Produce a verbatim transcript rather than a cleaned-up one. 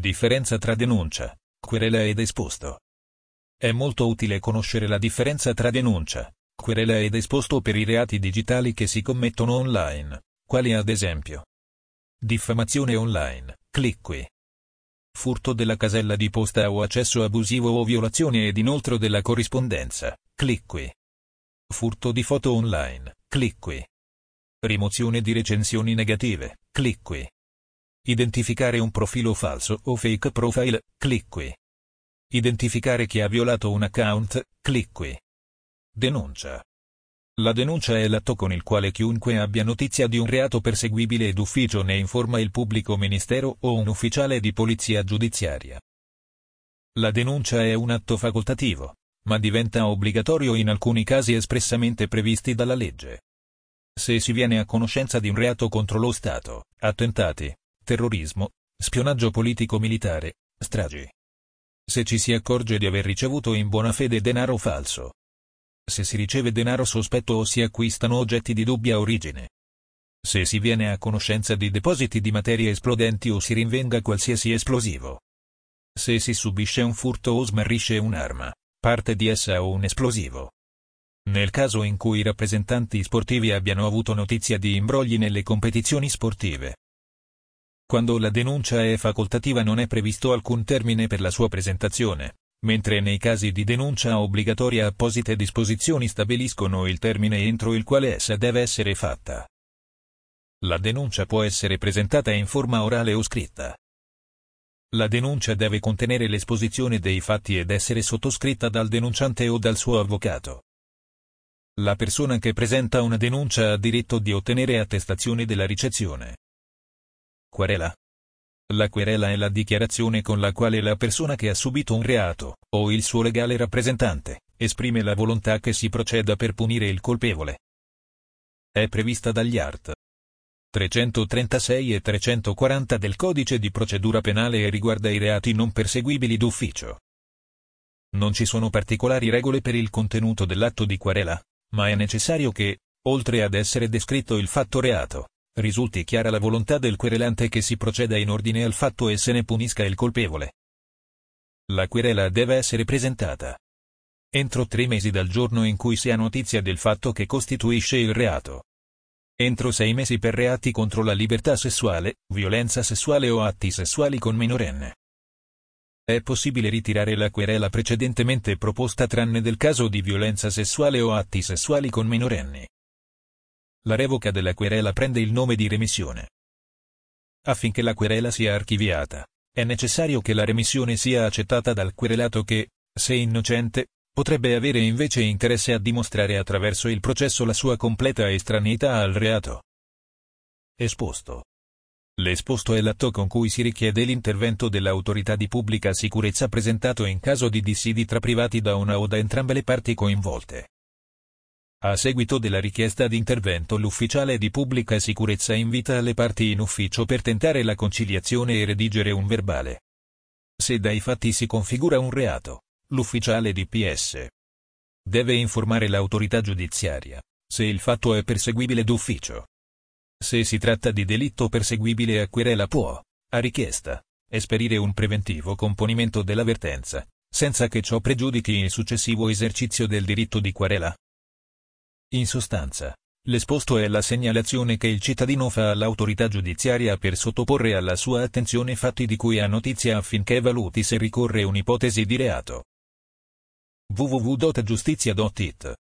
Differenza tra denuncia, querela ed esposto. È molto utile conoscere la differenza tra denuncia, querela ed esposto per i reati digitali che si commettono online, quali ad esempio diffamazione online, clic qui. Furto della casella di posta o accesso abusivo o violazione ed inoltro della corrispondenza, clic qui. Furto di foto online, clic qui. Rimozione di recensioni negative, clic qui. Identificare un profilo falso o fake profile, clic qui. Identificare chi ha violato un account, clic qui. Denuncia. La denuncia è l'atto con il quale chiunque abbia notizia di un reato perseguibile d'ufficio ne informa il pubblico ministero o un ufficiale di polizia giudiziaria. La denuncia è un atto facoltativo, ma diventa obbligatorio in alcuni casi espressamente previsti dalla legge. Se si viene a conoscenza di un reato contro lo Stato, attentati, terrorismo, spionaggio politico-militare, stragi. Se ci si accorge di aver ricevuto in buona fede denaro falso. Se si riceve denaro sospetto o si acquistano oggetti di dubbia origine. Se si viene a conoscenza di depositi di materie esplodenti o si rinvenga qualsiasi esplosivo. Se si subisce un furto o smarrisce un'arma, parte di essa o un esplosivo. Nel caso in cui i rappresentanti sportivi abbiano avuto notizia di imbrogli nelle competizioni sportive. Quando la denuncia è facoltativa non è previsto alcun termine per la sua presentazione, mentre nei casi di denuncia obbligatoria apposite disposizioni stabiliscono il termine entro il quale essa deve essere fatta. La denuncia può essere presentata in forma orale o scritta. La denuncia deve contenere l'esposizione dei fatti ed essere sottoscritta dal denunciante o dal suo avvocato. La persona che presenta una denuncia ha diritto di ottenere attestazione della ricezione. Querela. La querela è la dichiarazione con la quale la persona che ha subito un reato, o il suo legale rappresentante, esprime la volontà che si proceda per punire il colpevole. È prevista dagli art. trecentotrentasei e trecentoquaranta del Codice di procedura penale e riguarda i reati non perseguibili d'ufficio. Non ci sono particolari regole per il contenuto dell'atto di querela, ma è necessario che, oltre ad essere descritto il fatto reato, risulti chiara la volontà del querelante che si proceda in ordine al fatto e se ne punisca il colpevole. La querela deve essere presentata entro tre mesi dal giorno in cui si ha notizia del fatto che costituisce il reato. Entro sei mesi per reati contro la libertà sessuale, violenza sessuale o atti sessuali con minorenne. È possibile ritirare la querela precedentemente proposta tranne del caso di violenza sessuale o atti sessuali con minorenni. La revoca della querela prende il nome di remissione. Affinché la querela sia archiviata, è necessario che la remissione sia accettata dal querelato che, se innocente, potrebbe avere invece interesse a dimostrare attraverso il processo la sua completa estraneità al reato. Esposto. L'esposto è l'atto con cui si richiede l'intervento dell'autorità di pubblica sicurezza presentato in caso di dissidi tra privati da una o da entrambe le parti coinvolte. A seguito della richiesta di intervento l'ufficiale di pubblica sicurezza invita le parti in ufficio per tentare la conciliazione e redigere un verbale. Se dai fatti si configura un reato, l'ufficiale di P S deve informare l'autorità giudiziaria, se il fatto è perseguibile d'ufficio. Se si tratta di delitto perseguibile a querela può, a richiesta, esperire un preventivo componimento dell'avvertenza, senza che ciò pregiudichi il successivo esercizio del diritto di querela. In sostanza, l'esposto è la segnalazione che il cittadino fa all'autorità giudiziaria per sottoporre alla sua attenzione fatti di cui ha notizia affinché valuti se ricorre un'ipotesi di reato. w w w punto giustizia punto it